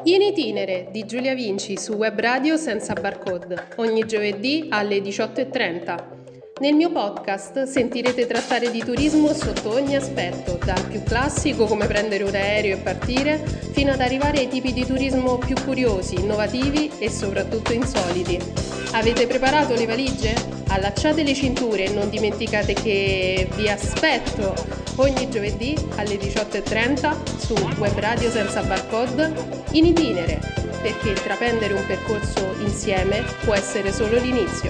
In itinere di Giulia Vinci su Web Radio senza barcode, ogni giovedì alle 18:30. Nel mio podcast sentirete trattare di turismo sotto ogni aspetto, dal più classico come prendere un aereo e partire, fino ad arrivare ai tipi di turismo più curiosi, innovativi e soprattutto insoliti. Avete preparato le valigie? Allacciate le cinture e non dimenticate che vi aspetto ogni giovedì alle 18:30 su Web Radio senza barcode in itinere, perché intraprendere un percorso insieme può essere solo l'inizio.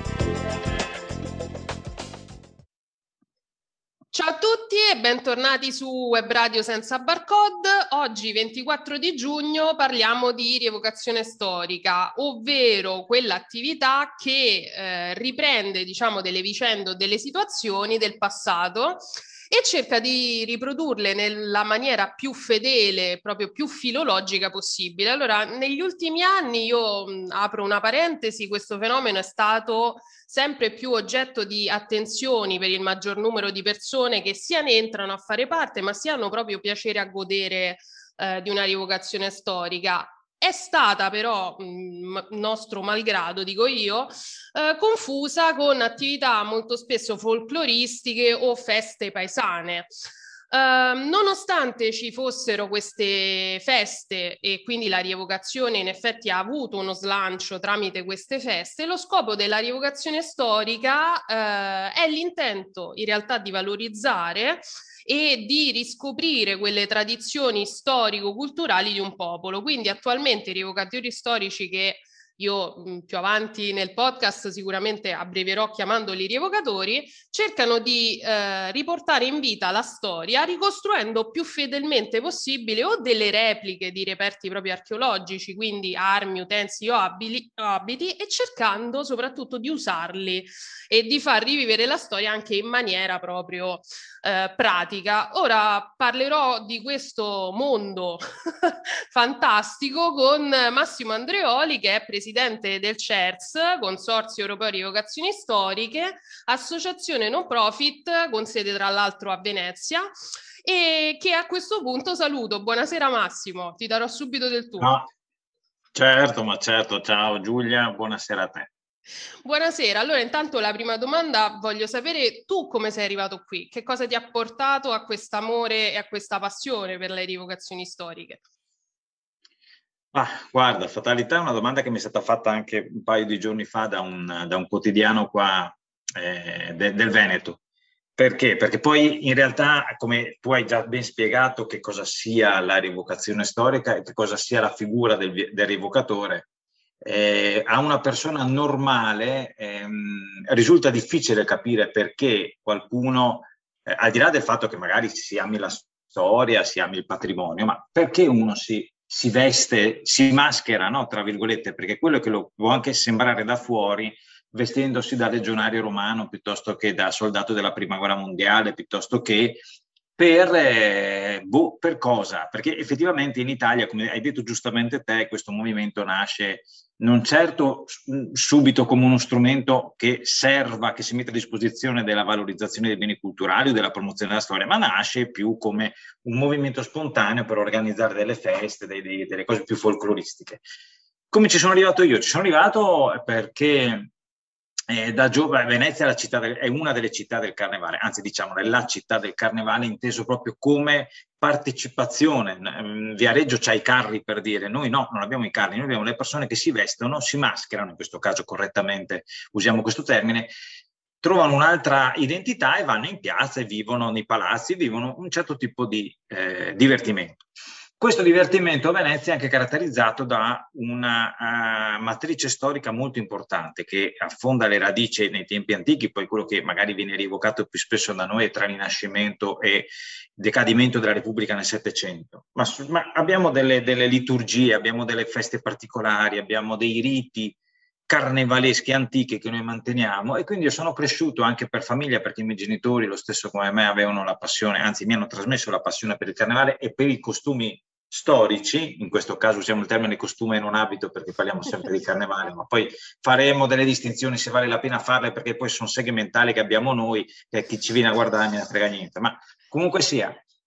Ciao a tutti e bentornati su Web Radio senza barcode. Oggi 24 di giugno parliamo di rievocazione storica, ovvero quell'attività che riprende, delle vicende o delle situazioni del passato e cerca di riprodurle nella maniera più fedele, proprio più filologica possibile. Allora, negli ultimi anni, io apro una parentesi, questo fenomeno è stato sempre più oggetto di attenzioni per il maggior numero di persone che sia ne entrano a fare parte, ma sia hanno proprio piacere a godere di una rievocazione storica. È stata però, nostro malgrado, dico io, confusa con attività molto spesso folcloristiche o feste paesane. Nonostante ci fossero queste feste e quindi la rievocazione in effetti ha avuto uno slancio tramite queste feste, lo scopo della rievocazione storica è l'intento in realtà di valorizzare e di riscoprire quelle tradizioni storico-culturali di un popolo. Quindi attualmente i rievocatori storici, che io più avanti nel podcast sicuramente abbreverò chiamandoli rievocatori, cercano di riportare in vita la storia ricostruendo più fedelmente possibile o delle repliche di reperti proprio archeologici, quindi armi, utensili o abiti, e cercando soprattutto di usarli e di far rivivere la storia anche in maniera proprio pratica. Ora parlerò di questo mondo fantastico con Massimo Andreoli, che è presidente del CERS, Consorzio Europeo di Rievocazioni Storiche, associazione non profit con sede tra l'altro a Venezia, e che a questo punto saluto. Buonasera Massimo, ti darò subito del tu. No, certo, ciao Giulia, buonasera a te. Buonasera, allora intanto la prima domanda, voglio sapere tu come sei arrivato qui, che cosa ti ha portato a quest'amore e a questa passione per le rievocazioni storiche? Guarda, fatalità è una domanda che mi è stata fatta anche un paio di giorni fa da un quotidiano qua del Veneto. Perché? Perché poi in realtà, come tu hai già ben spiegato che cosa sia la rievocazione storica e che cosa sia la figura del rievocatore, a una persona normale risulta difficile capire perché qualcuno, al di là del fatto che magari si ami la storia, si ami il patrimonio, ma perché uno si veste, si maschera, no? Tra virgolette, perché quello che può anche sembrare da fuori, vestendosi da legionario romano piuttosto che da soldato della prima guerra mondiale, piuttosto che per cosa? Perché effettivamente in Italia, come hai detto giustamente te, questo movimento nasce non certo subito come uno strumento che serva, che si mette a disposizione della valorizzazione dei beni culturali o della promozione della storia, ma nasce più come un movimento spontaneo per organizzare delle feste, delle cose più folcloristiche. Come ci sono arrivato io? Ci sono arrivato perché da giovane Venezia è una delle città del carnevale, anzi diciamo è la città del carnevale inteso proprio come partecipazione. Viareggio c'ha i carri, per dire, noi no, non abbiamo i carri, noi abbiamo le persone che si vestono, si mascherano, in questo caso correttamente usiamo questo termine, trovano un'altra identità e vanno in piazza e vivono nei palazzi, vivono un certo tipo di divertimento. Questo divertimento a Venezia è anche caratterizzato da una matrice storica molto importante che affonda le radici nei tempi antichi, poi quello che magari viene rievocato più spesso da noi è tra il Rinascimento e decadimento della Repubblica nel Settecento. Ma abbiamo delle liturgie, abbiamo delle feste particolari, abbiamo dei riti carnevalesche antiche che noi manteniamo, e quindi io sono cresciuto anche per famiglia, perché i miei genitori, lo stesso come me, avevano la passione, anzi mi hanno trasmesso la passione per il carnevale e per i costumi storici. In questo caso usiamo il termine costume e non abito perché parliamo sempre di carnevale, ma poi faremo delle distinzioni se vale la pena farle, perché poi sono segmentali che abbiamo noi, che chi ci viene a guardare non ne frega niente, ma comunque sia,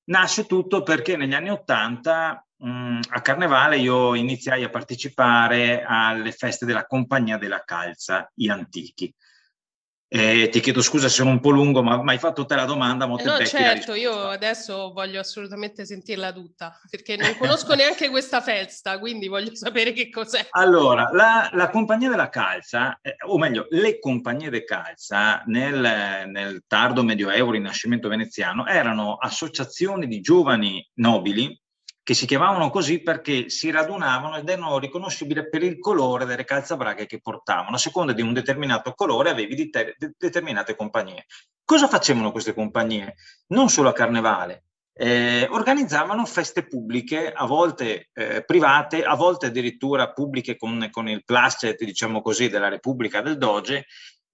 Nasce tutto perché negli anni '80 a Carnevale io iniziai a partecipare alle feste della Compagnia della Calza, gli antichi. Ti chiedo scusa se sono un po' lungo, ma hai fatto te la domanda, mo te No, becchi la certo, io risposta. adesso voglio assolutamente sentirla tutta, perché non conosco neanche questa festa, quindi voglio sapere che cos'è. Allora, la Compagnia della Calza, o meglio, le compagnie de calza nel tardo Medioevo, Rinascimento veneziano, erano associazioni di giovani nobili che si chiamavano così perché si radunavano ed erano riconoscibili per il colore delle calzabraghe che portavano. A seconda di un determinato colore avevi determinate compagnie. Cosa facevano queste compagnie? Non solo a Carnevale, organizzavano feste pubbliche, a volte private, a volte addirittura pubbliche con il placet, diciamo così, della Repubblica del Doge.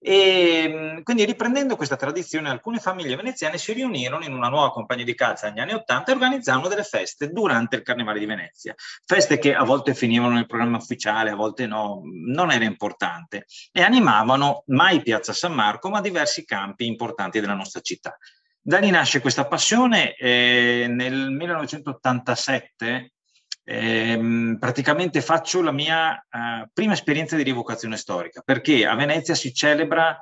E quindi riprendendo questa tradizione, alcune famiglie veneziane si riunirono in una nuova compagnia di calza negli anni '80 e organizzarono delle feste durante il Carnevale di Venezia. Feste che a volte finivano nel programma ufficiale, a volte no, non era importante, e animavano mai Piazza San Marco, ma diversi campi importanti della nostra città. Da lì nasce questa passione. Nel 1987 praticamente faccio la mia prima esperienza di rievocazione storica, perché a Venezia si celebra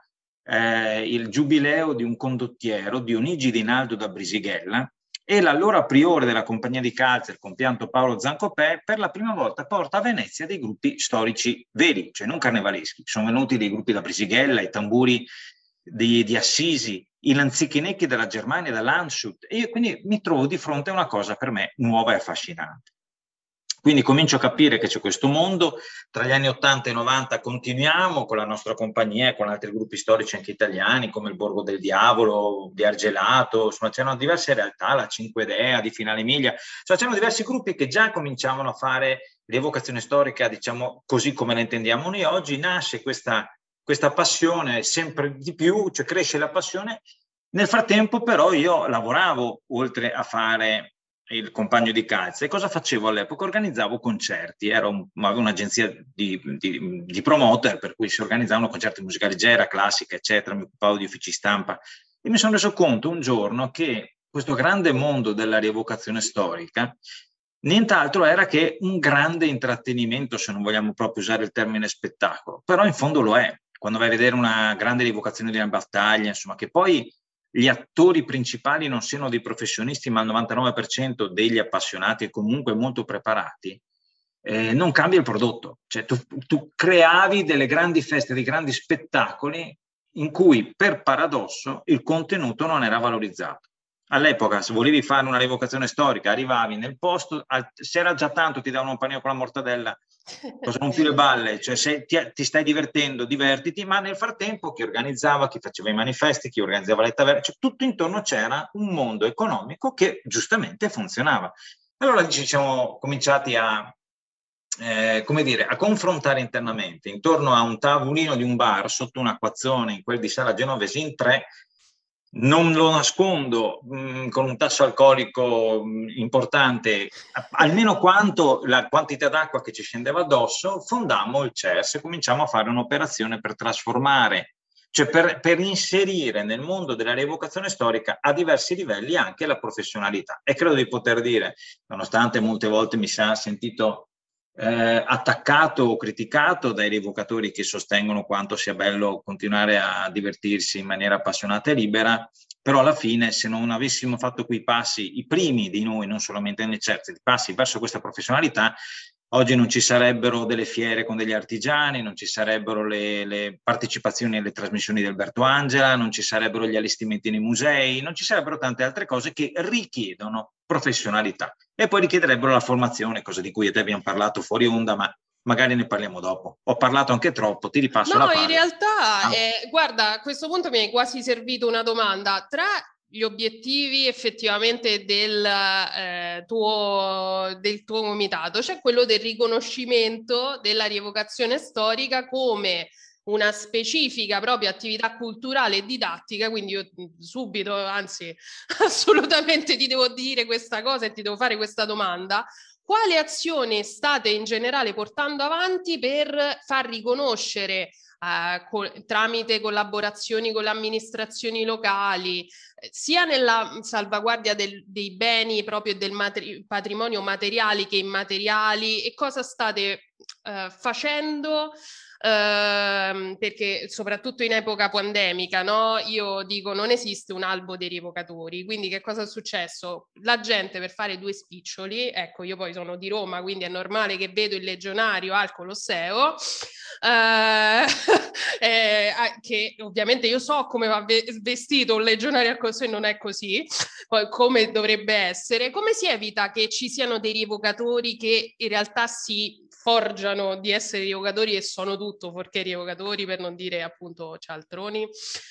il giubileo di un condottiero, Dionigi Rinaldo da Brisighella, e l'allora priore della compagnia di calza, il compianto Paolo Zancopè, per la prima volta porta a Venezia dei gruppi storici veri, cioè non carnevaleschi. Sono venuti dei gruppi da Brisighella, i tamburi di Assisi, i lanzichenecchi della Germania, da Landshut, e io quindi mi trovo di fronte a una cosa per me nuova e affascinante. Quindi comincio a capire che c'è questo mondo. Tra gli anni 80 e 90 continuiamo con la nostra compagnia e con altri gruppi storici anche italiani, come il Borgo del Diavolo, di Argelato, insomma c'erano diverse realtà, la Cinque Dea di Finale Emilia, insomma c'erano diversi gruppi che già cominciavano a fare l'evocazione storica, diciamo così come la intendiamo noi oggi. Nasce questa passione sempre di più, cioè cresce la passione. Nel frattempo però io lavoravo oltre a fare il compagno di calza. E cosa facevo all'epoca? Organizzavo concerti, avevo un'agenzia di promoter, per cui si organizzavano concerti di musica leggera, classica, eccetera, mi occupavo di uffici stampa e mi sono reso conto un giorno che questo grande mondo della rievocazione storica nient'altro era che un grande intrattenimento, se non vogliamo proprio usare il termine spettacolo, però in fondo lo è. Quando vai a vedere una grande rievocazione di una battaglia, insomma, che poi gli attori principali non siano dei professionisti, ma il 99% degli appassionati e comunque molto preparati, non cambia il prodotto. Cioè, tu creavi delle grandi feste, dei grandi spettacoli in cui, per paradosso, il contenuto non era valorizzato. All'epoca, se volevi fare una rievocazione storica, arrivavi nel posto, se era già tanto, ti davano un panino con la mortadella, cosa non più le balle, cioè se ti stai divertendo, divertiti, ma nel frattempo chi organizzava, chi faceva i manifesti, chi organizzava le taverne, cioè tutto intorno c'era un mondo economico che giustamente funzionava. Allora ci siamo cominciati come dire, a confrontare internamente intorno a un tavolino di un bar sotto un acquazzone in quel di Sala Genovesi in 3. Non lo nascondo, con un tasso alcolico importante, almeno quanto la quantità d'acqua che ci scendeva addosso, fondammo il CERS e cominciamo a fare un'operazione per trasformare, cioè per inserire nel mondo della rievocazione storica a diversi livelli anche la professionalità. E credo di poter dire, nonostante molte volte mi sia sentito attaccato o criticato dai rievocatori che sostengono quanto sia bello continuare a divertirsi in maniera appassionata e libera, però alla fine se non avessimo fatto quei passi, i primi di noi, non solamente nel CERS, i passi verso questa professionalità, oggi non ci sarebbero delle fiere con degli artigiani, non ci sarebbero le partecipazioni alle trasmissioni di Alberto Angela, non ci sarebbero gli allestimenti nei musei, non ci sarebbero tante altre cose che richiedono professionalità e poi richiederebbero la formazione, cosa di cui a te abbiamo parlato fuori onda, ma magari ne parliamo dopo. Ho parlato anche troppo, ti ripasso la No, in palla. realtà, guarda, a questo punto mi hai quasi servito una domanda. Tra gli obiettivi effettivamente del tuo comitato c'è quello del riconoscimento della rievocazione storica come una specifica propria attività culturale e didattica, quindi io subito, anzi assolutamente ti devo dire questa cosa e ti devo fare questa domanda. quale azione state in generale portando avanti per far riconoscere tramite collaborazioni con le amministrazioni locali, sia nella salvaguardia dei beni proprio del patrimonio materiali che immateriali, e cosa state facendo? Perché soprattutto in epoca pandemica, no? Io dico, non esiste un albo dei rievocatori, quindi che cosa è successo? La gente per fare 2 spiccioli, ecco, io poi sono di Roma, quindi è normale che vedo il legionario al Colosseo, che ovviamente io so come va vestito un legionario al Colosseo e non è così, poi come dovrebbe essere. Come si evita che ci siano dei rievocatori che in realtà si forgiano di essere rievocatori e sono tutto fuorché rievocatori, per non dire appunto cialtroni?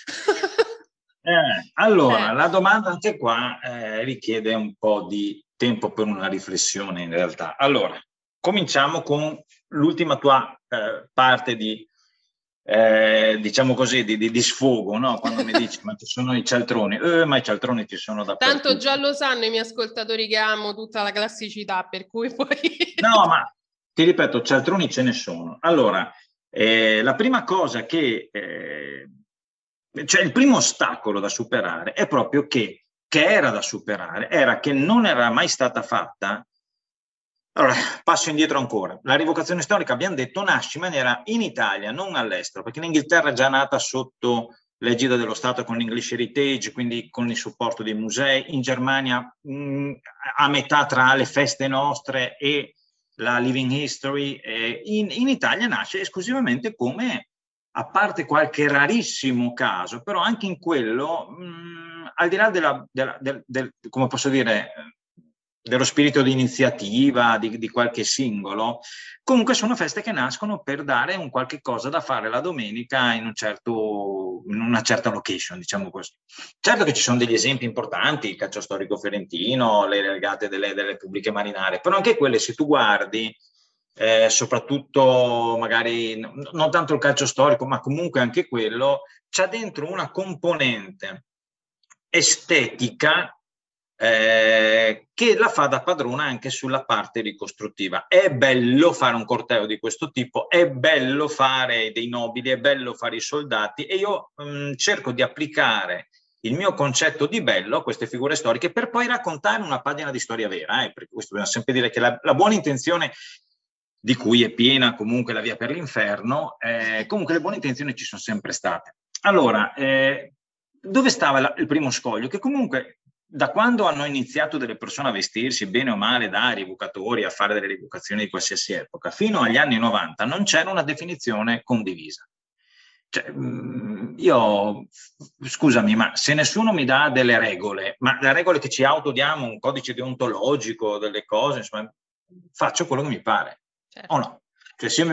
Allora, la domanda anche qua richiede un po' di tempo per una riflessione in realtà. Allora, cominciamo con l'ultima tua parte di, diciamo così, di sfogo, no? Quando mi dici, ma ci sono i cialtroni, ma i cialtroni ci sono dappertutto. Tanto già lo sanno i miei ascoltatori che amo tutta la classicità, per cui poi... No, ma ti ripeto, cialtroni ce ne sono. Allora, la prima cosa cioè il primo ostacolo da superare è proprio che era da superare, era che non era mai stata fatta. Allora, passo indietro ancora. La rievocazione storica, abbiamo detto, nasce in maniera in Italia, non all'estero, perché in Inghilterra è già nata sotto l'egida dello Stato con l'English Heritage, quindi con il supporto dei musei. In Germania, a metà tra le feste nostre e la Living History, in Italia nasce esclusivamente come, a parte qualche rarissimo caso, però anche in quello, al di là come posso dire, dello spirito di iniziativa di qualche singolo, comunque sono feste che nascono per dare un qualche cosa da fare la domenica in una certa location, diciamo così. Certo che ci sono degli esempi importanti, il calcio storico fiorentino, le regate delle pubbliche marinare, però anche quelle, se tu guardi, soprattutto magari non tanto il calcio storico, ma comunque anche quello, c'ha dentro una componente estetica che la fa da padrona anche sulla parte ricostruttiva. È bello fare un corteo di questo tipo, è bello fare dei nobili, è bello fare i soldati, e io cerco di applicare il mio concetto di bello a queste figure storiche per poi raccontare una pagina di storia vera, perché questo bisogna sempre dire che la buona intenzione, di cui è piena comunque la via per l'inferno, comunque le buone intenzioni ci sono sempre state. Allora, dove stava il primo scoglio? Che comunque da quando hanno iniziato delle persone a vestirsi bene o male da rievocatori, a fare delle rievocazioni di qualsiasi epoca, fino agli anni 90 non c'era una definizione condivisa. Cioè, io, scusami, ma se nessuno mi dà delle regole, ma le regole che ci autodiamo, un codice deontologico, delle cose, insomma, faccio quello che mi pare, certo. O no? Cioè, se io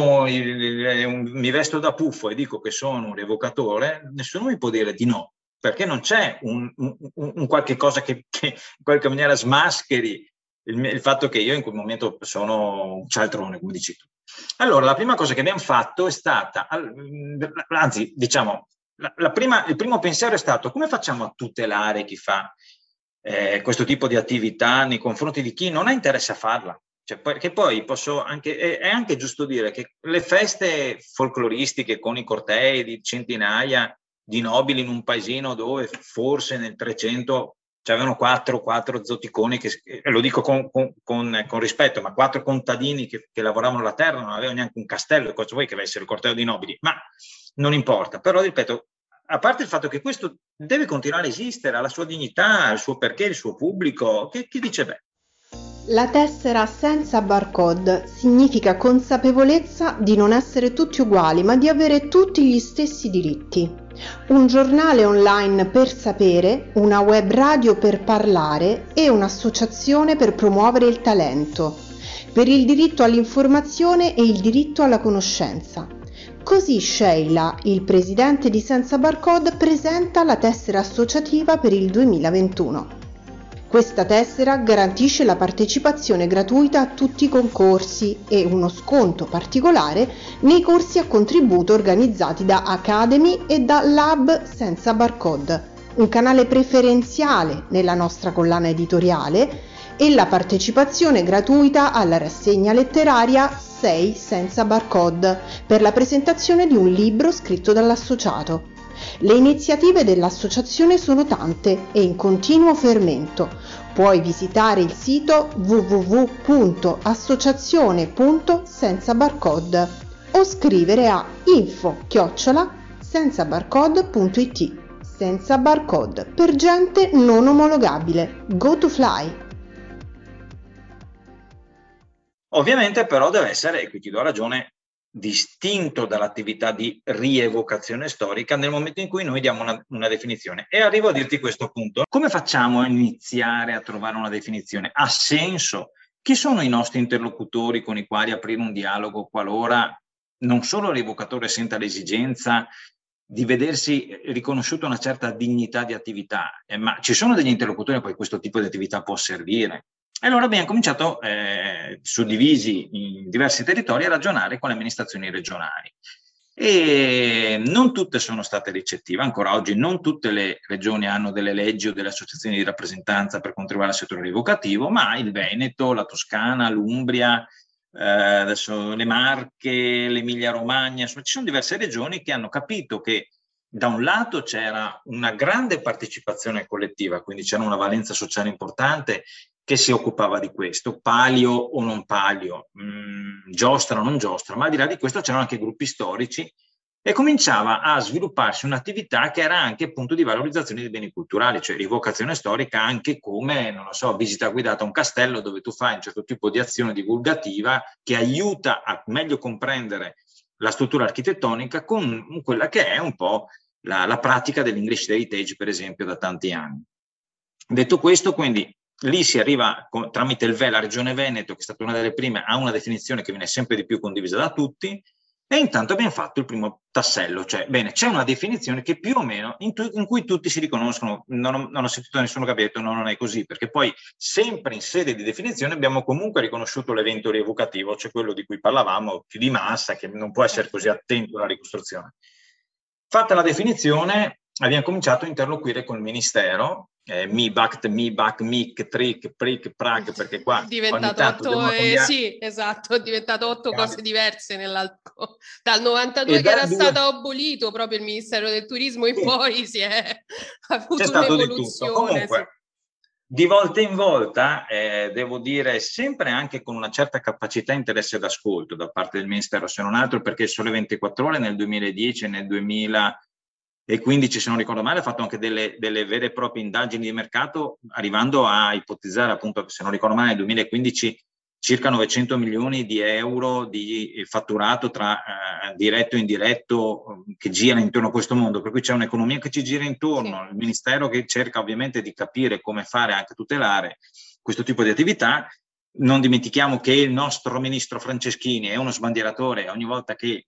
mi vesto da puffo e dico che sono un rievocatore, nessuno mi può dire di no, perché non c'è un qualche cosa che in qualche maniera smascheri il fatto che io in quel momento sono un cialtrone, come dici tu. Allora, la prima cosa che abbiamo fatto è stata, anzi, diciamo, il primo pensiero è stato: come facciamo a tutelare chi fa questo tipo di attività nei confronti di chi non ha interesse a farla? Cioè, perché poi è anche giusto dire che le feste folcloristiche con i cortei di centinaia di nobili in un paesino dove forse nel 300 c'erano quattro zoticoni, lo dico con rispetto, ma 4 contadini che lavoravano la terra, non avevano neanche un castello, cosa vuoi che avessero il corteo di nobili? Ma non importa. Però, ripeto, a parte il fatto che questo deve continuare a esistere, ha la sua dignità, il suo perché, il suo pubblico, che dice beh. La tessera senza barcode significa consapevolezza di non essere tutti uguali, ma di avere tutti gli stessi diritti. Un giornale online per sapere, una web radio per parlare e un'associazione per promuovere il talento, per il diritto all'informazione e il diritto alla conoscenza. Così Sheila, il presidente di Senza Barcode, presenta la tessera associativa per il 2021. Questa tessera garantisce la partecipazione gratuita a tutti i concorsi e uno sconto particolare nei corsi a contributo organizzati da Academy e da Lab Senza Barcode, un canale preferenziale nella nostra collana editoriale e la partecipazione gratuita alla rassegna letteraria 6 senza barcode per la presentazione di un libro scritto dall'associato. Le iniziative dell'associazione sono tante e in continuo fermento. Puoi visitare il sito www.associazione.senzabarcode o scrivere a info@senzabarcode.it. Senza barcode, per gente non omologabile. Go to fly! Ovviamente però deve essere, e qui ti do ragione, distinto dall'attività di rievocazione storica nel momento in cui noi diamo una definizione. E arrivo a dirti questo punto. Come facciamo a iniziare a trovare una definizione? Ha senso? Chi sono i nostri interlocutori con i quali aprire un dialogo qualora non solo il rievocatore senta l'esigenza di vedersi riconosciuta una certa dignità di attività, ma ci sono degli interlocutori a cui questo tipo di attività può servire? E allora abbiamo cominciato, suddivisi in diversi territori, a ragionare con le amministrazioni regionali. E non tutte sono state ricettive, ancora oggi non tutte le regioni hanno delle leggi o delle associazioni di rappresentanza per contribuire al settore rievocativo, ma il Veneto, la Toscana, l'Umbria, adesso le Marche, l'Emilia Romagna, insomma, ci sono diverse regioni che hanno capito che da un lato c'era una grande partecipazione collettiva, quindi c'era una valenza sociale importante che si occupava di questo, palio o non palio, giostra o non giostra, ma al di là di questo c'erano anche gruppi storici e cominciava a svilupparsi un'attività che era anche appunto di valorizzazione dei beni culturali, cioè rievocazione storica anche come, non lo so, visita guidata a un castello dove tu fai un certo tipo di azione divulgativa che aiuta a meglio comprendere la struttura architettonica con quella che è un po' la pratica dell'English Heritage, per esempio, da tanti anni. Detto questo, quindi, lì si arriva tramite la Regione Veneto, che è stata una delle prime, a una definizione che viene sempre di più condivisa da tutti, e intanto abbiamo fatto il primo tassello, cioè, bene, c'è una definizione che più o meno, in cui tutti si riconoscono, non ho sentito nessuno che abbia detto no, non è così, perché poi sempre in sede di definizione abbiamo comunque riconosciuto l'evento rievocativo, cioè quello di cui parlavamo, più di massa, che non può essere così attento alla ricostruzione. Fatta la definizione, abbiamo cominciato a interloquire con il Ministero, MIBACT, MIBAC, MIC, TRIC, PRIC, PRAC, perché qua è diventato 8, sì, esatto, è diventato 8 cose diverse dal 92 che era stato abolito proprio il Ministero del Turismo in poi si è avuto un'evoluzione. Comunque, sì. Di volta in volta, devo dire, sempre anche con una certa capacità e interesse d'ascolto da parte del Ministero, se non altro perché il Sole 24 Ore nel 2010 e nel 2015, se non ricordo male, ha fatto anche delle vere e proprie indagini di mercato, arrivando a ipotizzare, appunto, se non ricordo male, nel 2015 circa 900 milioni di euro di fatturato tra diretto e indiretto che gira intorno a questo mondo, per cui c'è un'economia che ci gira intorno, sì. Il Ministero che cerca ovviamente di capire come fare anche tutelare questo tipo di attività. Non dimentichiamo che il nostro ministro Franceschini è uno sbandieratore, ogni volta che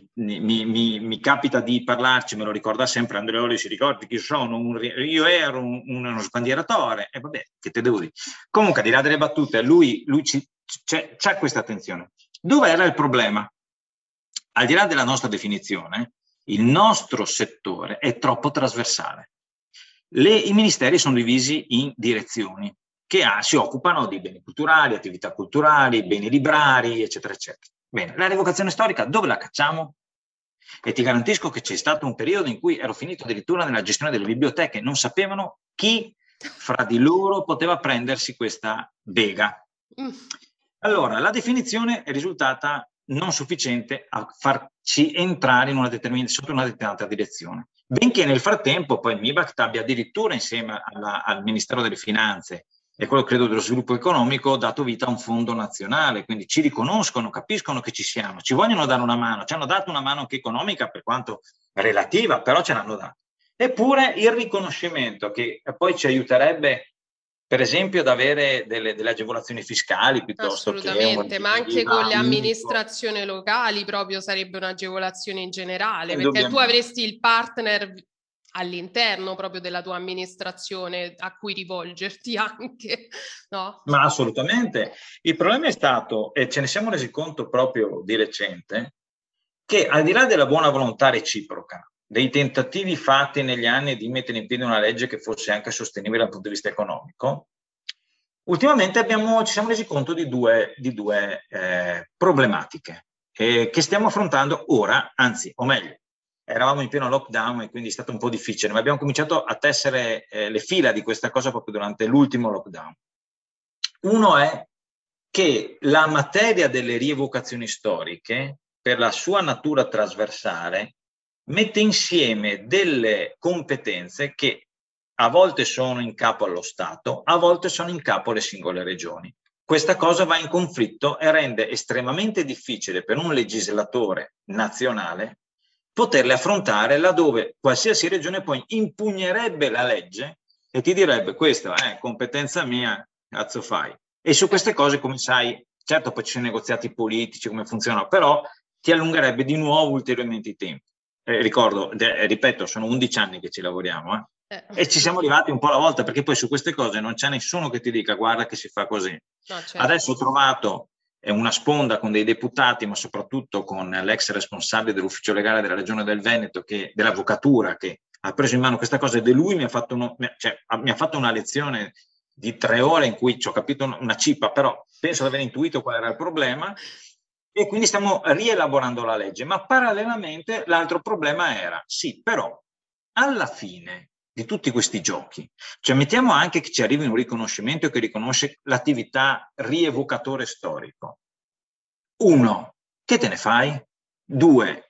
mi capita di parlarci, me lo ricorda sempre, Andreoli si ricordi chi sono, io ero uno sbandieratore, e vabbè, che te devo dire. Comunque, al di là delle battute, lui c'è questa attenzione. Dove era il problema? Al di là della nostra definizione, il nostro settore è troppo trasversale. I ministeri sono divisi in direzioni che si occupano di beni culturali, attività culturali, beni librari, eccetera, eccetera. Bene, la rievocazione storica dove la cacciamo? E ti garantisco che c'è stato un periodo in cui ero finito addirittura nella gestione delle biblioteche, non sapevano chi fra di loro poteva prendersi questa bega. Allora, la definizione è risultata non sufficiente a farci entrare sotto una determinata direzione. Benché nel frattempo poi il MIBACT abbia addirittura insieme al Ministero delle Finanze e quello credo dello sviluppo economico dato vita a un fondo nazionale, quindi ci riconoscono, capiscono che ci siamo, ci vogliono dare una mano, ci hanno dato una mano anche economica per quanto relativa, però ce l'hanno data. Eppure il riconoscimento che poi ci aiuterebbe per esempio ad avere delle agevolazioni fiscali piuttosto assolutamente, ma anche con le amministrazioni locali proprio sarebbe un'agevolazione in generale, perché tu avresti il partner all'interno proprio della tua amministrazione a cui rivolgerti anche, no? Ma assolutamente. Il problema è stato, e ce ne siamo resi conto proprio di recente, che al di là della buona volontà reciproca, dei tentativi fatti negli anni di mettere in piedi una legge che fosse anche sostenibile dal punto di vista economico, Ultimamente ci siamo resi conto di due problematiche che stiamo affrontando ora, anzi, o meglio, eravamo in pieno lockdown e quindi è stato un po' difficile, ma abbiamo cominciato a tessere le fila di questa cosa proprio durante l'ultimo lockdown. Uno è che la materia delle rievocazioni storiche, per la sua natura trasversale, mette insieme delle competenze che a volte sono in capo allo Stato, a volte sono in capo alle singole regioni. Questa cosa va in conflitto e rende estremamente difficile per un legislatore nazionale poterle affrontare, laddove qualsiasi regione poi impugnerebbe la legge e ti direbbe: questa è competenza mia, cazzo fai? E su queste cose, come sai, certo poi ci sono negoziati politici, come funzionano, però ti allungherebbe di nuovo ulteriormente i tempi. Ripeto, sono 11 anni che ci lavoriamo, e ci siamo arrivati un po' alla volta, perché poi su queste cose non c'è nessuno che ti dica guarda che si fa così. No, certo. Adesso ho trovato una sponda con dei deputati, ma soprattutto con l'ex responsabile dell'ufficio legale della Regione del Veneto, dell'avvocatura, che ha preso in mano questa cosa, ed lui mi ha fatto una lezione di 3 ore in cui ci ho capito una cippa, però penso di aver intuito qual era il problema, e quindi stiamo rielaborando la legge. Ma parallelamente l'altro problema era, sì, però alla fine di tutti questi giochi, cioè mettiamo anche che ci arrivi un riconoscimento che riconosce l'attività rievocatore storico. 1, che te ne fai? 2,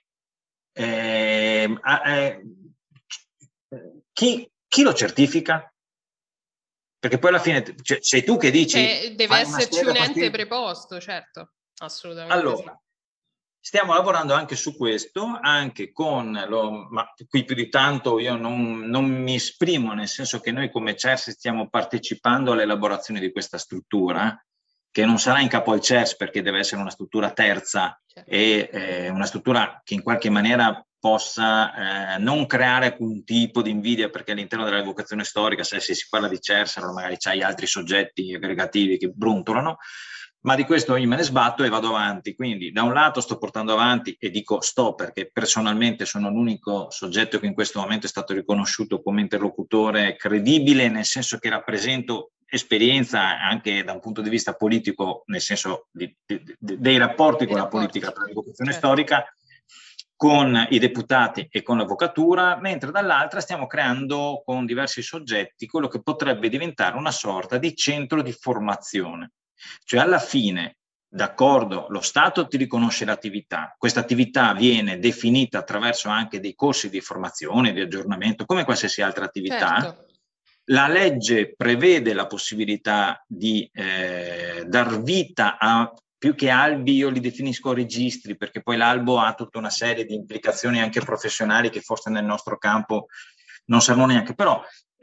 chi lo certifica? Perché poi alla fine sei tu che dici... deve esserci un ente preposto, certo, assolutamente. Allora, sì. Stiamo lavorando anche su questo, anche ma qui più di tanto io non mi esprimo, nel senso che noi come CERS stiamo partecipando all'elaborazione di questa struttura, che non sarà in capo al CERS perché deve essere una struttura terza, certo. E una struttura che in qualche maniera possa non creare un tipo di invidia, perché all'interno della rievocazione storica, se si parla di CERS, allora magari c'hai altri soggetti aggregativi che brontolano. Ma di questo io me ne sbatto e vado avanti. Quindi da un lato sto portando avanti, e dico sto perché personalmente sono l'unico soggetto che in questo momento è stato riconosciuto come interlocutore credibile, nel senso che rappresento esperienza anche da un punto di vista politico, nel senso dei rapporti con la politica per l'evocazione storica, con i deputati e con l'avvocatura, mentre dall'altra stiamo creando con diversi soggetti quello che potrebbe diventare una sorta di centro di formazione. Cioè alla fine, d'accordo, lo Stato ti riconosce l'attività, questa attività viene definita attraverso anche dei corsi di formazione, di aggiornamento, come qualsiasi altra attività. Certo. La legge prevede la possibilità di dar vita a, più che albi, io li definisco registri, perché poi l'albo ha tutta una serie di implicazioni anche professionali che forse nel nostro campo non servono neanche, però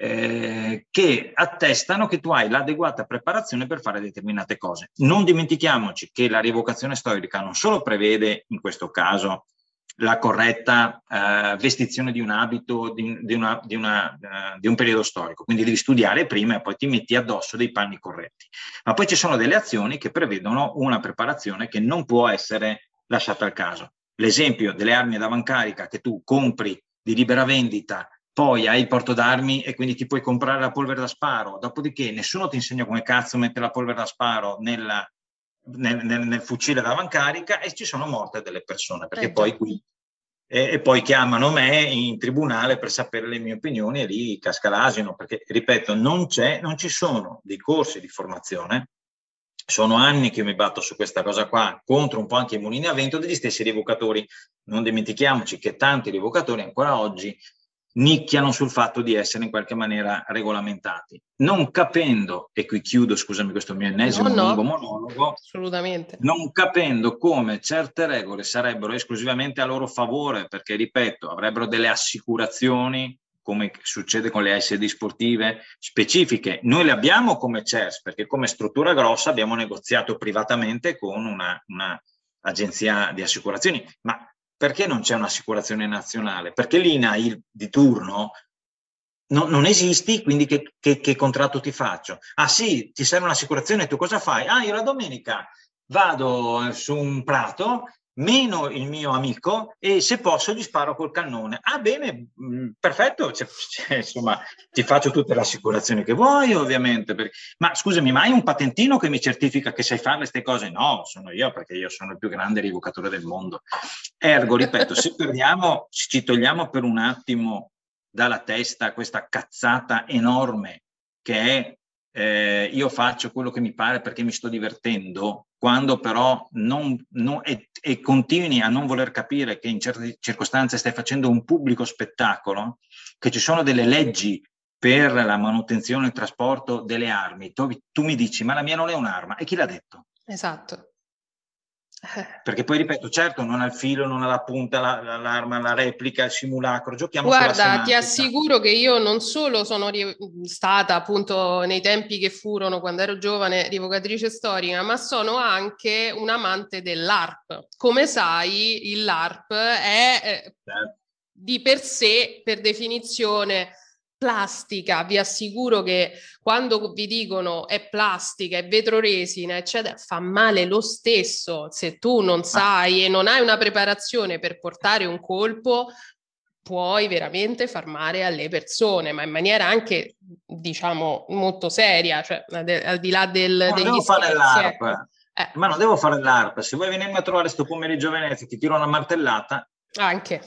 che attestano che tu hai l'adeguata preparazione per fare determinate cose. Non dimentichiamoci che la rievocazione storica non solo prevede, in questo caso, la corretta vestizione di un abito di un periodo storico, quindi devi studiare prima e poi ti metti addosso dei panni corretti, ma poi ci sono delle azioni che prevedono una preparazione che non può essere lasciata al caso. L'esempio delle armi ad avancarica che tu compri di libera vendita, poi hai il porto d'armi e quindi ti puoi comprare la polvere da sparo, dopodiché nessuno ti insegna come cazzo mettere la polvere da sparo nel fucile da avancarica, e ci sono morte delle persone, perché poi qui e poi chiamano me in tribunale per sapere le mie opinioni, e lì casca l'asino, perché ripeto, non ci sono dei corsi di formazione. Sono anni che io mi batto su questa cosa qua, contro un po' anche i mulini a vento degli stessi rievocatori. Non dimentichiamoci che tanti rievocatori ancora oggi nicchiano sul fatto di essere in qualche maniera regolamentati, non capendo, e qui chiudo, scusami questo mio ennesimo lungo monologo, assolutamente, non capendo come certe regole sarebbero esclusivamente a loro favore, perché ripeto, avrebbero delle assicurazioni, come succede con le ASD sportive specifiche. Noi le abbiamo come CERS, perché come struttura grossa abbiamo negoziato privatamente con una agenzia di assicurazioni, ma perché non c'è un'assicurazione nazionale? Perché l'INAIL di turno non esisti, quindi che contratto ti faccio? Ah sì, ti serve un'assicurazione, tu cosa fai? Ah, io la domenica vado su un prato meno il mio amico e se posso gli sparo col cannone. Ah bene, perfetto, insomma ti faccio tutte le assicurazioni che vuoi ovviamente, ma scusami, ma hai un patentino che mi certifica che sai fare queste cose? No, sono io, perché io sono il più grande rievocatore del mondo. Ergo, ripeto, se ci togliamo per un attimo dalla testa questa cazzata enorme che è io faccio quello che mi pare perché mi sto divertendo, quando però e continui a non voler capire che in certe circostanze stai facendo un pubblico spettacolo, che ci sono delle leggi per la manutenzione e il trasporto delle armi, tu mi dici ma la mia non è un'arma, e chi l'ha detto? Esatto. Perché poi ripeto, certo non ha il filo, non ha la punta, l'arma, la replica, il simulacro, giochiamo Guarda, sulla semantica. ti assicuro che io non solo sono stata appunto nei tempi che furono quando ero giovane rievocatrice storica, ma sono anche un amante dell'ARP. Come sai, l'ARP è di per sé, per definizione, plastica. Vi assicuro che quando vi dicono è plastica, è vetroresina, eccetera, fa male lo stesso. Se tu non sai e non hai una preparazione per portare un colpo, puoi veramente far male alle persone, ma in maniera anche, diciamo, molto seria, cioè al di là degli scherzi, ecco. Ma non devo fare l'ARP, se vuoi venirmi a trovare sto pomeriggio a Venezia ti tiro una martellata. Anche,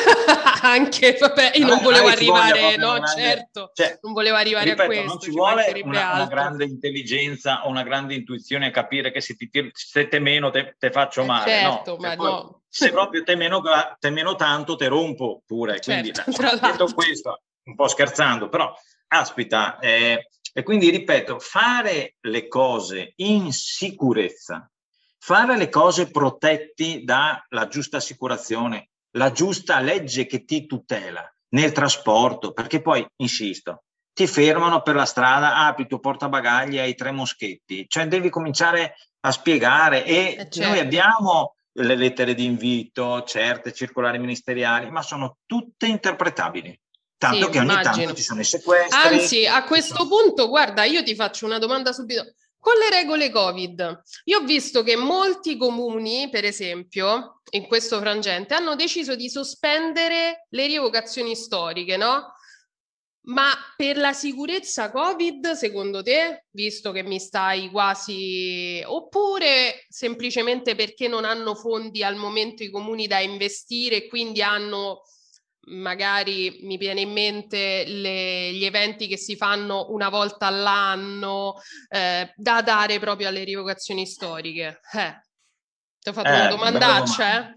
vabbè, io non volevo arrivare, no, certo, cioè, non volevo arrivare a questo. Non ci vuole una grande intelligenza o una grande intuizione a capire che se te meno te faccio male, certo, no, ma poi, no. Se proprio te meno tanto te rompo pure, quindi certo, detto questo, un po' scherzando, però aspita, e quindi ripeto, fare le cose in sicurezza, fare le cose protetti dalla giusta assicurazione, la giusta legge che ti tutela nel trasporto, perché poi, insisto, ti fermano per la strada, apri il tuo portabagagli e hai 3 moschetti, cioè devi cominciare a spiegare e certo. Noi abbiamo le lettere di invito, certe circolari ministeriali, ma sono tutte interpretabili. Tanto che ogni tanto ci sono i sequestri. Anzi, a questo punto, guarda, io ti faccio una domanda subito. Con le regole Covid, io ho visto che molti comuni, per esempio, in questo frangente, hanno deciso di sospendere le rievocazioni storiche, no? Ma per la sicurezza Covid, secondo te, visto che mi stai quasi... oppure semplicemente perché non hanno fondi al momento i comuni da investire e quindi hanno... magari mi viene in mente gli eventi che si fanno una volta all'anno da dare proprio alle rievocazioni storiche. Ti ho fatto una domandaccia,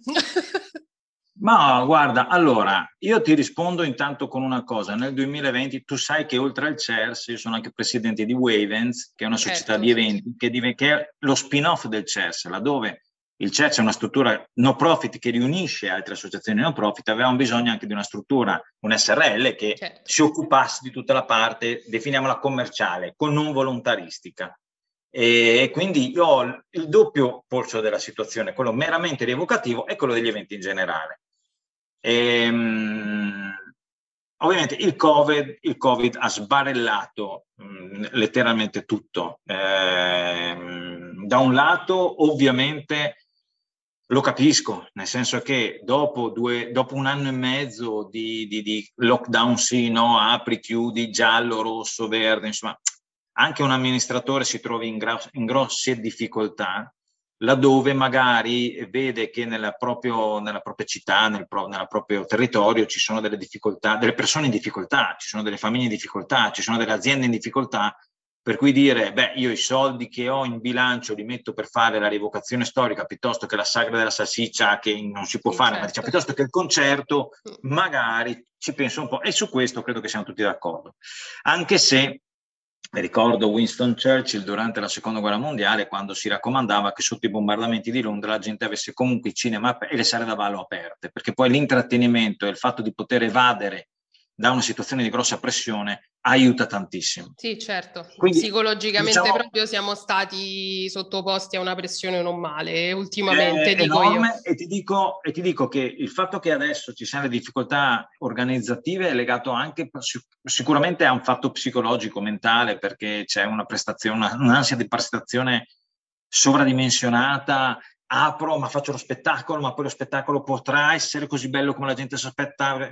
Ma guarda, allora, io ti rispondo intanto con una cosa. Nel 2020 tu sai che oltre al CERS io sono anche presidente di Wavens, che è una società di eventi, che è lo spin-off del CERS, laddove il CERS è una struttura no profit che riunisce altre associazioni no profit, avevamo bisogno anche di una struttura, un SRL, che si occupasse di tutta la parte, definiamola commerciale, con non volontaristica. E quindi io ho il doppio polso della situazione, quello meramente rievocativo e quello degli eventi in generale. Ovviamente il COVID ha sbarellato letteralmente tutto. Da un lato, ovviamente, lo capisco, nel senso che dopo un anno e mezzo di lockdown, sì, no, apri, chiudi, giallo, rosso, verde, insomma, anche un amministratore si trova in grosse difficoltà, laddove magari vede che nella propria città, nel proprio territorio ci sono delle difficoltà, delle persone in difficoltà, ci sono delle famiglie in difficoltà, ci sono delle aziende in difficoltà, per cui dire, beh, io i soldi che ho in bilancio li metto per fare la rievocazione storica piuttosto che la sagra della salsiccia che non si può fare, ma diciamo, piuttosto che il concerto, magari ci penso un po', e su questo credo che siamo tutti d'accordo. Anche se ricordo Winston Churchill durante la seconda guerra mondiale, quando si raccomandava che sotto i bombardamenti di Londra la gente avesse comunque i cinema e le sale da ballo aperte, perché poi l'intrattenimento e il fatto di poter evadere da una situazione di grossa pressione aiuta tantissimo. Sì, certo. Quindi, psicologicamente proprio siamo stati sottoposti a una pressione non male ultimamente, dico enorme, io. E ti dico che il fatto che adesso ci siano le difficoltà organizzative è legato anche sicuramente a un fatto psicologico, mentale, perché c'è una prestazione, un'ansia di prestazione sovradimensionata apro, ma faccio lo spettacolo, ma poi lo spettacolo potrà essere così bello come la gente si aspetta.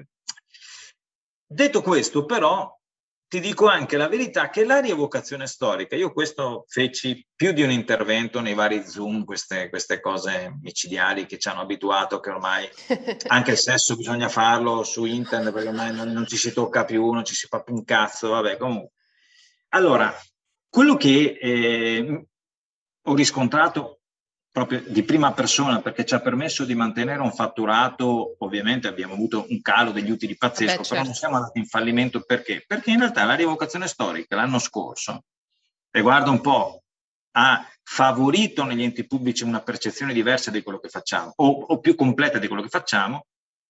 Detto questo, però, ti dico anche la verità che la rievocazione storica, io questo feci più di un intervento nei vari Zoom, queste cose micidiali che ci hanno abituato, che ormai anche il sesso bisogna farlo su internet, perché ormai non ci si tocca più, non ci si fa più un cazzo, vabbè, comunque. Allora, quello che ho riscontrato proprio di prima persona, perché ci ha permesso di mantenere un fatturato, ovviamente abbiamo avuto un calo degli utili pazzesco, certo. però non siamo andati in fallimento perché? Perché in realtà la rievocazione storica l'anno scorso, e guarda un po', ha favorito negli enti pubblici una percezione diversa di quello che facciamo, o più completa di quello che facciamo,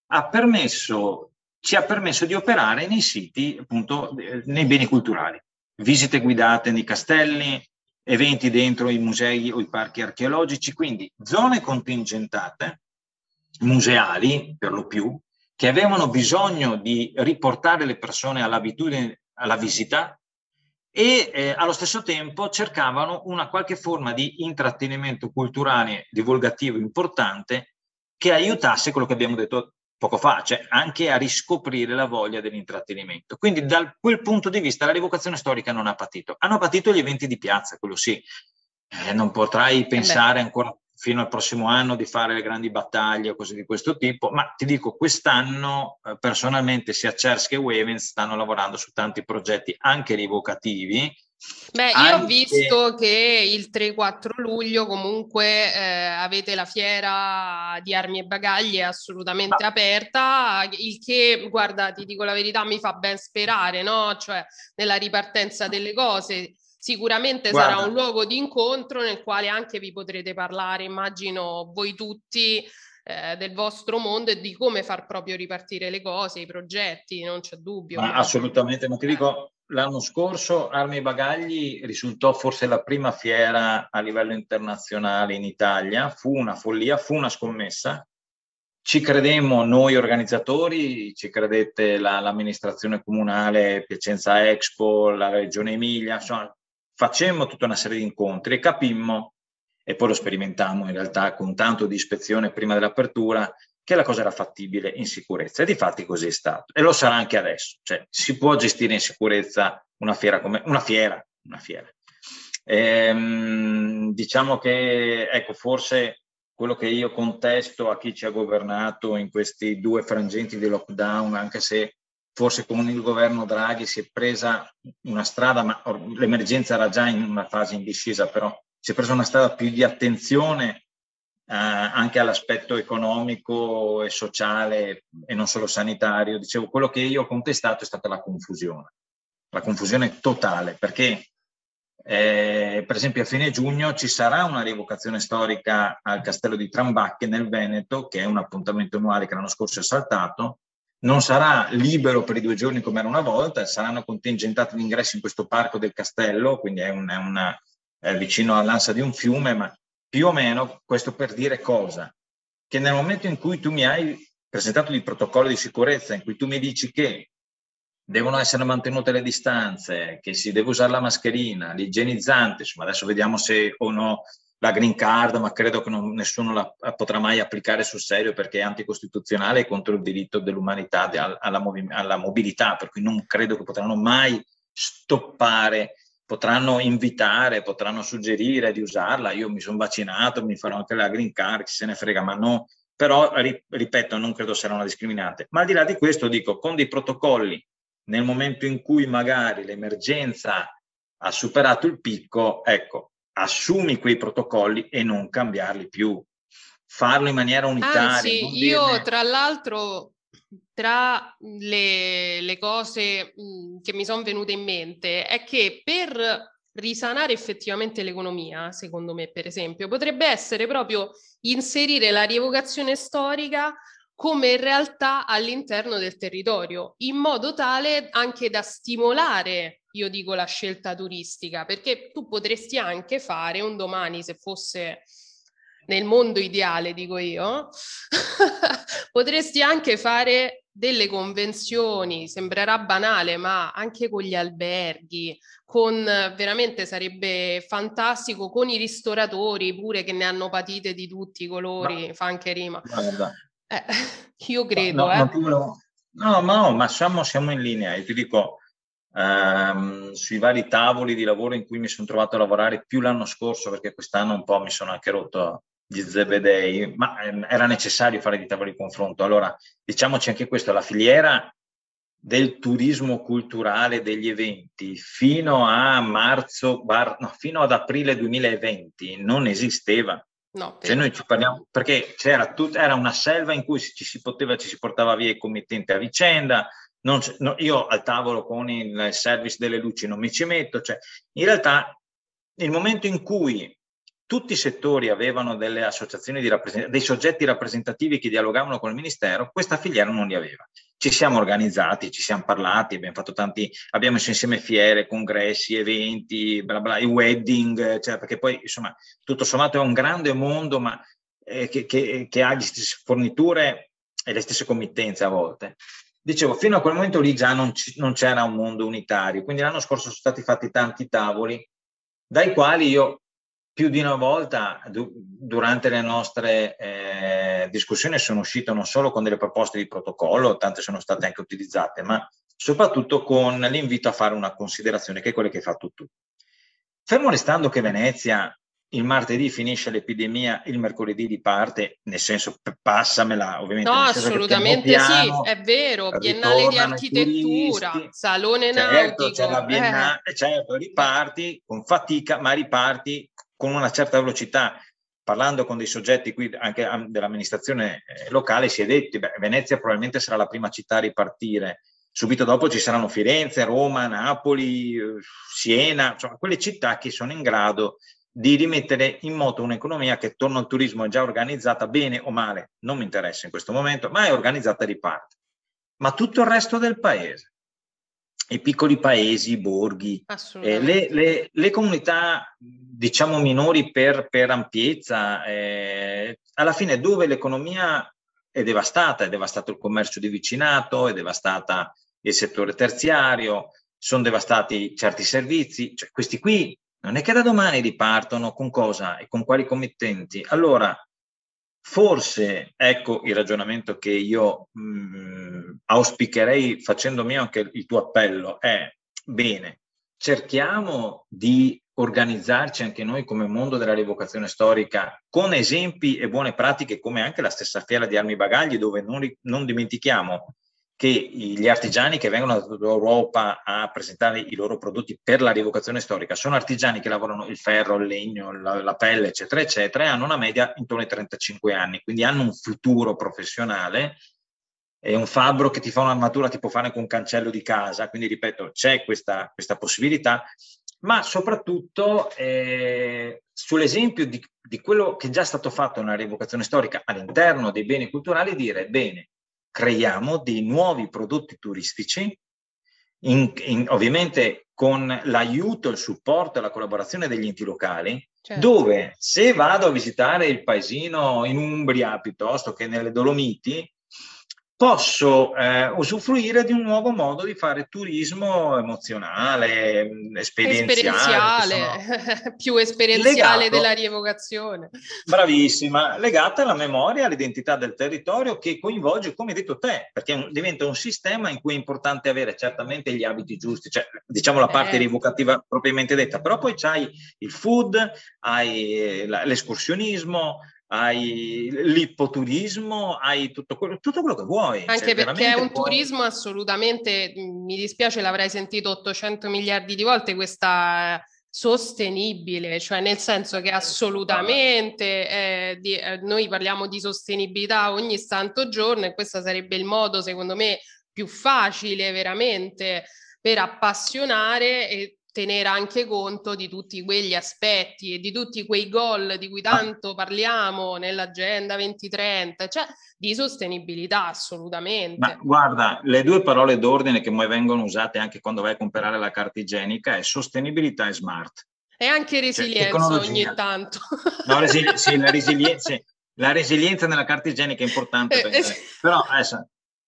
ci ha permesso di operare nei siti, appunto, nei beni culturali, visite guidate nei castelli, eventi dentro i musei o i parchi archeologici, quindi zone contingentate, museali per lo più, che avevano bisogno di riportare le persone all'abitudine alla visita e allo stesso tempo cercavano una qualche forma di intrattenimento culturale divulgativo importante che aiutasse quello che abbiamo detto poco fa, cioè anche a riscoprire la voglia dell'intrattenimento. Quindi da quel punto di vista la rievocazione storica non ha patito. Hanno patito gli eventi di piazza, quello sì. Non potrai pensare ancora fino al prossimo anno di fare le grandi battaglie o cose di questo tipo, ma ti dico, quest'anno personalmente sia CERS che Wavens stanno lavorando su tanti progetti anche rievocativi. Beh, io ho visto che il 3-4 luglio comunque avete la fiera di armi e bagagli assolutamente aperta, il che, guarda, ti dico la verità, mi fa ben sperare, no? Cioè, nella ripartenza delle cose. Sicuramente sarà un luogo di incontro nel quale anche vi potrete parlare, immagino voi tutti, del vostro mondo e di come far proprio ripartire le cose, i progetti, non c'è dubbio. Assolutamente, ma ti dico, l'anno scorso Armi e Bagagli risultò forse la prima fiera a livello internazionale in Italia, fu una follia, fu una scommessa. Ci credemmo noi organizzatori, ci credette l'amministrazione comunale, Piacenza Expo, la Regione Emilia, insomma, facemmo tutta una serie di incontri e capimmo, e poi lo sperimentammo in realtà con tanto di ispezione prima dell'apertura, che la cosa era fattibile in sicurezza, e difatti così è stato, e lo sarà anche adesso, cioè si può gestire in sicurezza una fiera come una fiera. Diciamo che, ecco, forse quello che io contesto a chi ci ha governato in questi 2 frangenti di lockdown, anche se forse con il governo Draghi si è presa una strada, ma l'emergenza era già in una fase in discesa, però si è presa una strada più di attenzione anche all'aspetto economico e sociale e non solo sanitario. Dicevo, quello che io ho contestato è stata la confusione totale, perché per esempio a fine giugno ci sarà una rievocazione storica al Castello di Trambacche nel Veneto, che è un appuntamento annuale che l'anno scorso è saltato. Non sarà libero per i 2 giorni come era una volta, saranno contingentati gli ingressi in questo parco del castello, quindi è vicino all'ansa di un fiume, ma più o meno questo per dire cosa? Che nel momento in cui tu mi hai presentato il protocollo di sicurezza, in cui tu mi dici che devono essere mantenute le distanze, che si deve usare la mascherina, l'igienizzante, insomma adesso vediamo se o no la green card, ma credo che nessuno la potrà mai applicare sul serio perché è anticostituzionale e contro il diritto dell'umanità alla mobilità, per cui non credo che potranno mai stoppare, potranno invitare, potranno suggerire di usarla. Io mi sono vaccinato, mi farò anche la green card, chi se ne frega, ma no. Però, ripeto, non credo saranno discriminate. Ma al di là di questo, dico, con dei protocolli, nel momento in cui magari l'emergenza ha superato il picco, ecco, assumi quei protocolli e non cambiarli più. Farlo in maniera unitaria. Anzi, io tra l'altro, tra le cose che mi sono venute in mente, è che per risanare effettivamente l'economia, secondo me, per esempio, potrebbe essere proprio inserire la rievocazione storica come realtà all'interno del territorio, in modo tale anche da stimolare, io dico, la scelta turistica, perché tu potresti anche fare un domani, se fosse nel mondo ideale, dico io, potresti anche fare delle convenzioni, sembrerà banale, ma anche con gli alberghi, con veramente sarebbe fantastico, con i ristoratori pure che ne hanno patite di tutti i colori, fa anche rima. Guarda, Io credo, no, ma siamo in linea. Io ti dico, sui vari tavoli di lavoro in cui mi sono trovato a lavorare più l'anno scorso, perché quest'anno un po' mi sono anche rotto gli zebedei, ma era necessario fare dei tavoli di confronto. Allora, diciamoci anche questo, la filiera del turismo culturale, degli eventi, fino a fino ad aprile 2020 non esisteva. No, Cioè noi ci parliamo, perché era una selva in cui ci si portava via i committenti a vicenda. Io al tavolo con il service delle luci non mi ci metto, cioè in realtà nel momento in cui tutti i settori avevano delle associazioni dei soggetti rappresentativi che dialogavano con il Ministero, questa filiera non li aveva. Ci siamo organizzati, ci siamo parlati, abbiamo messo insieme fiere, congressi, eventi, bla bla, i wedding, cioè, perché poi insomma tutto sommato è un grande mondo, ma che ha le stesse forniture e le stesse committenze a volte. Dicevo, fino a quel momento lì già non c'era un mondo unitario, quindi l'anno scorso sono stati fatti tanti tavoli, dai quali io più di una volta durante le nostre discussioni sono uscito non solo con delle proposte di protocollo, tante sono state anche utilizzate, ma soprattutto con l'invito a fare una considerazione, che è quella che hai fatto tu. Fermo restando che Venezia il martedì finisce l'epidemia, il mercoledì riparte, nel senso passamela ovviamente. No, nel senso assolutamente che piano sì, è vero, Biennale di ritornano i Architettura, turisti, Salone certo, c'è la Nautico. Biennale, certo, riparti con fatica, ma riparti con una certa velocità. Parlando con dei soggetti qui anche dell'amministrazione locale si è detto, Venezia probabilmente sarà la prima città a ripartire. Subito dopo ci saranno Firenze, Roma, Napoli, Siena, insomma, quelle città che sono in grado di rimettere in moto un'economia che attorno al turismo è già organizzata, bene o male, non mi interessa in questo momento, ma è organizzata e riparte. Ma tutto il resto del paese, i piccoli paesi, i borghi, le comunità diciamo minori per ampiezza, alla fine dove l'economia è devastato il commercio di vicinato, è devastata il settore terziario, sono devastati certi servizi, cioè questi qui non è che da domani ripartono, con cosa e con quali committenti? Allora, forse, ecco il ragionamento che io auspicherei facendo mio anche il tuo appello, è bene, cerchiamo di organizzarci anche noi come mondo della rievocazione storica con esempi e buone pratiche come anche la stessa fiera di armi bagagli, dove non dimentichiamo che gli artigiani che vengono dall'Europa a presentare i loro prodotti per la rievocazione storica sono artigiani che lavorano il ferro, il legno, la pelle, eccetera, eccetera, e hanno una media intorno ai 35 anni, quindi hanno un futuro professionale. È un fabbro che ti fa un'armatura, ti può fare anche un cancello di casa, quindi ripeto, c'è questa possibilità, ma soprattutto sull'esempio di quello che è già stato fatto nella rievocazione storica all'interno dei beni culturali, dire bene, creiamo dei nuovi prodotti turistici, ovviamente con l'aiuto, il supporto e la collaborazione degli enti locali, certo. Dove se vado a visitare il paesino in Umbria piuttosto che nelle Dolomiti, posso usufruire di un nuovo modo di fare turismo emozionale, esperienziale più esperienziale della rievocazione. Bravissima, legata alla memoria, all'identità del territorio, che coinvolge, come hai detto te, perché diventa un sistema in cui è importante avere certamente gli abiti giusti, cioè diciamo la parte rievocativa propriamente detta, però poi c'hai il food, hai l'escursionismo, hai l'ippoturismo, hai tutto quello che vuoi. Anche perché è un turismo assolutamente, mi dispiace, l'avrei sentito 800 miliardi di volte, questa sostenibile, cioè nel senso che assolutamente noi parliamo di sostenibilità ogni santo giorno e questo sarebbe il modo, secondo me, più facile veramente per appassionare e tenere anche conto di tutti quegli aspetti e di tutti quei goal di cui tanto parliamo nell'Agenda 2030, cioè di sostenibilità assolutamente. Ma guarda, le due parole d'ordine che mai vengono usate anche quando vai a comprare la carta igienica è sostenibilità e smart. E anche resilienza ogni tanto. No, sì, la resilienza nella carta igienica è importante, però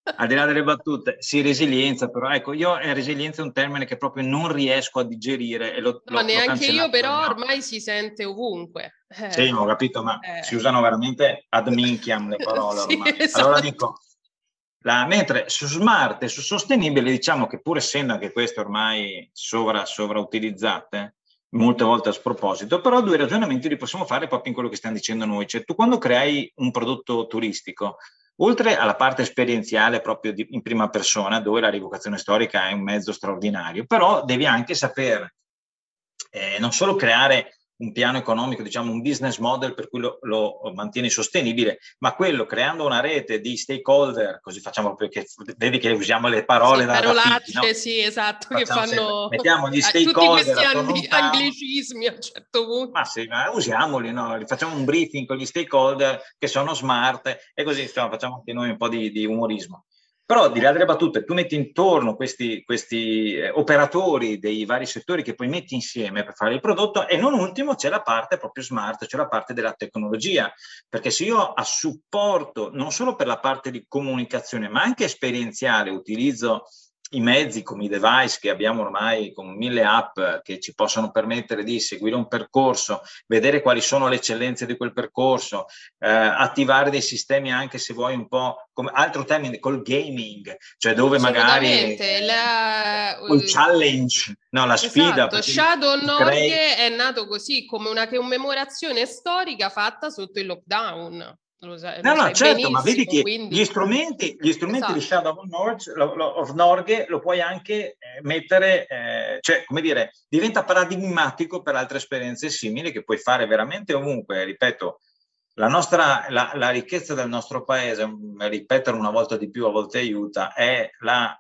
Al di là delle battute, sì, resilienza, però ecco, resilienza è un termine che proprio non riesco a digerire e l'ho neanche io, cancellato. però ormai si sente ovunque. Sì, ho capito, ma si usano veramente ad minchiam le parole sì, ormai. esatto. Allora dico, mentre su smart e su sostenibile, diciamo che pur essendo anche queste ormai sovrautilizzate, molte volte a sproposito, però 2 ragionamenti li possiamo fare proprio in quello che stiamo dicendo noi. Cioè, tu quando crei un prodotto turistico, oltre alla parte esperienziale proprio in prima persona, dove la rievocazione storica è un mezzo straordinario, però devi anche saper non solo creare un piano economico, diciamo un business model per cui lo mantieni sostenibile, ma quello creando una rete di stakeholder, così facciamo proprio che vedi che usiamo le parole sì, da parolacce, figli, no? sì, esatto, Facciamo che fanno mettiamo gli tutti stakeholder questi attorno a un tavolo. anglicismi a un certo punto. Ma sì, ma usiamoli, no? Facciamo un briefing con gli stakeholder che sono smart e così insomma, facciamo anche noi un po' di umorismo. Però di là delle battute, tu metti intorno questi operatori dei vari settori che poi metti insieme per fare il prodotto e non ultimo c'è la parte proprio smart, c'è la parte della tecnologia, perché se io a supporto non solo per la parte di comunicazione ma anche esperienziale utilizzo i mezzi come i device che abbiamo ormai con 1000 app che ci possono permettere di seguire un percorso, vedere quali sono le eccellenze di quel percorso, attivare dei sistemi anche se vuoi un po' come altro termine col gaming, cioè dove magari il challenge, no, la sfida. Esatto, Shadow Norghe è nato così come una commemorazione storica fatta sotto il lockdown. No, certo, ma vedi che quindi gli strumenti esatto. Di Shadow of Norghe lo puoi anche mettere, cioè come dire, diventa paradigmatico per altre esperienze simili che puoi fare veramente ovunque. Ripeto, la ricchezza del nostro paese, ripetere una volta di più a volte aiuta, è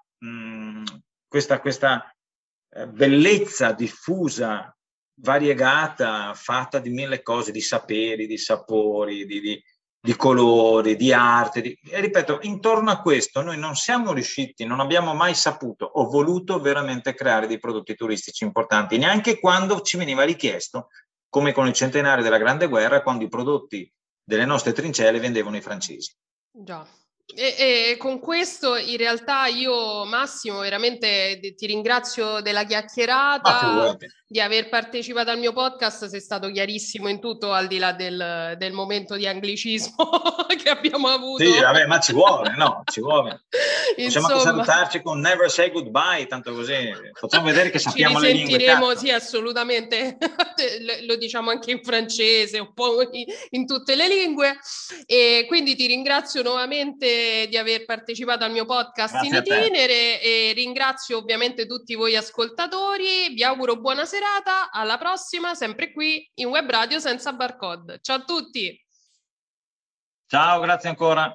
questa bellezza diffusa, variegata, fatta di 1000 cose, di saperi, di sapori, di colori, di arte, e ripeto, intorno a questo noi non siamo riusciti, non abbiamo mai saputo o voluto veramente creare dei prodotti turistici importanti, neanche quando ci veniva richiesto, come con il centenario della Grande Guerra, quando i prodotti delle nostre trincee li vendevano i francesi. Già. E con questo in realtà io Massimo veramente ti ringrazio della chiacchierata, di aver partecipato al mio podcast, sei stato chiarissimo in tutto al di là del momento di anglicismo che abbiamo avuto. Sì, vabbè, ma ci vuole, no? Ci vuole. Possiamo anche salutarci con never say goodbye, tanto così facciamo vedere che sappiamo le lingue. Ci risentiremo, sì, assolutamente, lo diciamo anche in francese, un po' in tutte le lingue, e quindi ti ringrazio nuovamente di aver partecipato al mio podcast. Grazie in itinere e ringrazio ovviamente tutti voi ascoltatori, vi auguro buona serata, alla prossima, sempre qui in Web Radio Senza Barcode. Ciao a tutti! Ciao, grazie ancora!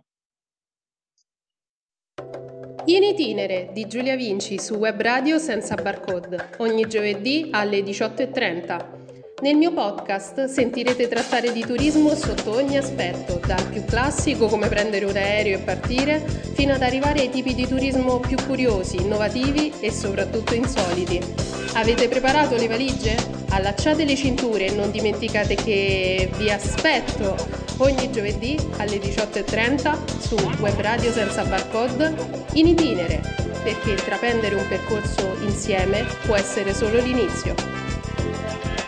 In itinere di Giulia Vinci su Web Radio Senza Barcode, ogni giovedì alle 18:30. Nel mio podcast sentirete trattare di turismo sotto ogni aspetto, dal più classico come prendere un aereo e partire, fino ad arrivare ai tipi di turismo più curiosi, innovativi e soprattutto insoliti. Avete preparato le valigie? Allacciate le cinture e non dimenticate che vi aspetto ogni giovedì alle 18:30 su Web Radio Senza Barcode in itinere, perché intraprendere un percorso insieme può essere solo l'inizio.